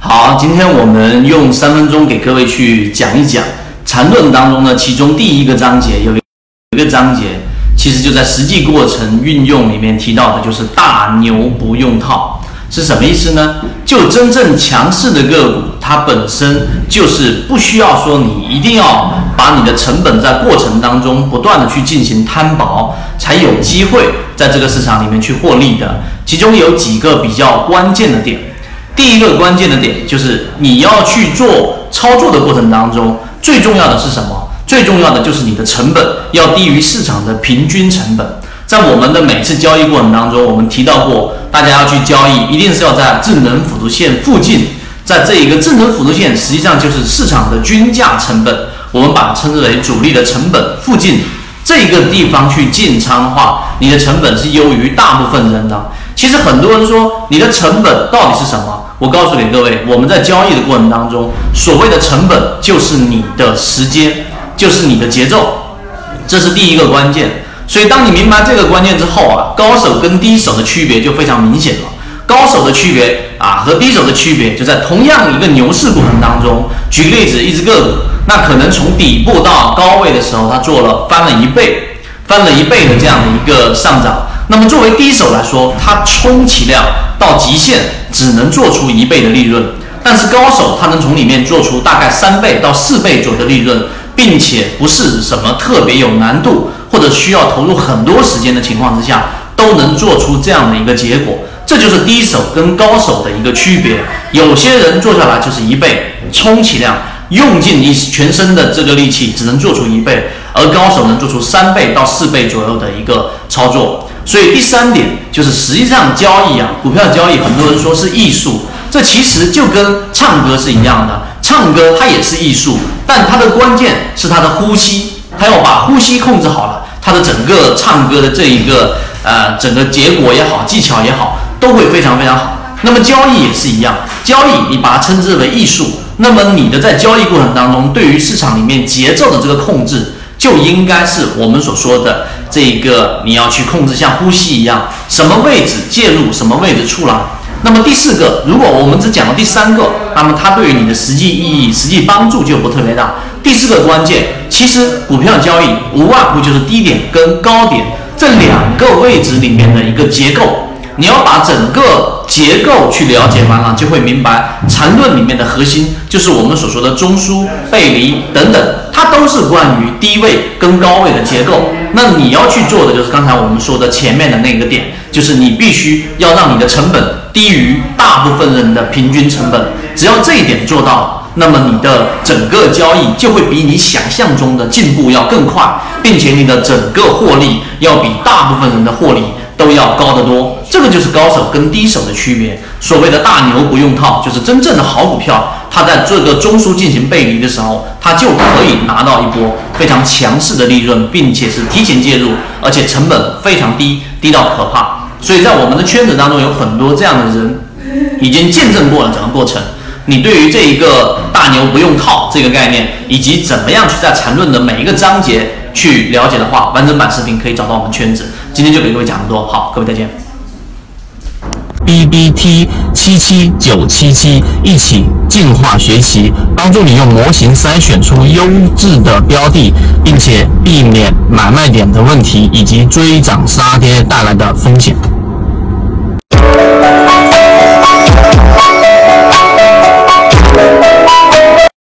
好，今天我们用3分钟给各位去讲一讲缠论当中呢，其中第一个章节有一个章节，其实就在实际过程运用里面提到的，就是大牛不用套，是什么意思呢？就真正强势的个股，它本身就是不需要说你一定要把你的成本在过程当中不断的去进行摊薄，才有机会在这个市场里面去获利的。其中有几个比较关键的点。第一个关键的点就是你要去做操作的过程当中，最重要的是什么？最重要的就是你的成本要低于市场的平均成本。在我们的每次交易过程当中，我们提到过，大家要去交易，一定是要在智能辅助线附近，在这一个智能辅助线实际上就是市场的均价成本，我们把它称之为主力的成本附近这个地方去进仓的话，你的成本是优于大部分人的。其实很多人说你的成本到底是什么？我告诉给各位，我们在交易的过程当中，所谓的成本就是你的时间，就是你的节奏，这是第一个关键。所以当你明白这个关键之后啊，高手跟低手的区别就非常明显了。高手的区别和低手的区别就在同样一个牛市过程当中。举个例子，一只个股，那可能从底部到高位的时候，它做了翻了一倍的这样的一个上涨。那么作为低手来说，它充其量到极限只能做出1倍的利润，但是高手他能从里面做出大概3倍到4倍左右的利润，并且不是什么特别有难度或者需要投入很多时间的情况之下，都能做出这样的一个结果。这就是低手跟高手的一个区别。有些人做下来就是1倍，充其量用尽你全身的这个力气只能做出1倍，而高手能做出3倍到4倍左右的一个操作。所以第3点就是实际上交易股票交易很多人说是艺术，这其实就跟唱歌是一样的，唱歌它也是艺术，但它的关键是它的呼吸，它要把呼吸控制好了，它的整个唱歌的这一个整个结果也好，技巧也好，都会非常非常好。那么交易也是一样，交易你把它称之为艺术，那么你的在交易过程当中，对于市场里面节奏的这个控制，就应该是我们所说的这个你要去控制，像呼吸一样，什么位置介入，什么位置出来。那么第4个，如果我们只讲到第3个，那么它对于你的实际意义、实际帮助就不特别大。第4个关键，其实股票交易无外乎就是低点跟高点这2个位置里面的一个结构。你要把整个结构去了解完了，就会明白缠论里面的核心就是我们所说的中枢、背离等等，它都是关于低位跟高位的结构。那你要去做的就是刚才我们说的前面的那个点，就是你必须要让你的成本低于大部分人的平均成本。只要这一点做到了，那么你的整个交易就会比你想象中的进步要更快，并且你的整个获利要比大部分人的获利都要高得多。这个就是高手跟低手的区别。所谓的大牛不用套，就是真正的好股票，它在这个中枢进行背离的时候，它就可以拿到一波非常强势的利润，并且是提前介入，而且成本非常低，低到可怕。所以在我们的圈子当中有很多这样的人已经见证过了整个过程。你对于这一个大牛不用套这个概念，以及怎么样去在缠论的每一个章节去了解的话，完整版视频可以找到我们圈子。今天就给各位讲这么多，好，各位再见。 BBT77977一起进化学习，帮助你用模型筛选出优质的标的，并且避免买卖点的问题以及追涨杀跌带来的风险。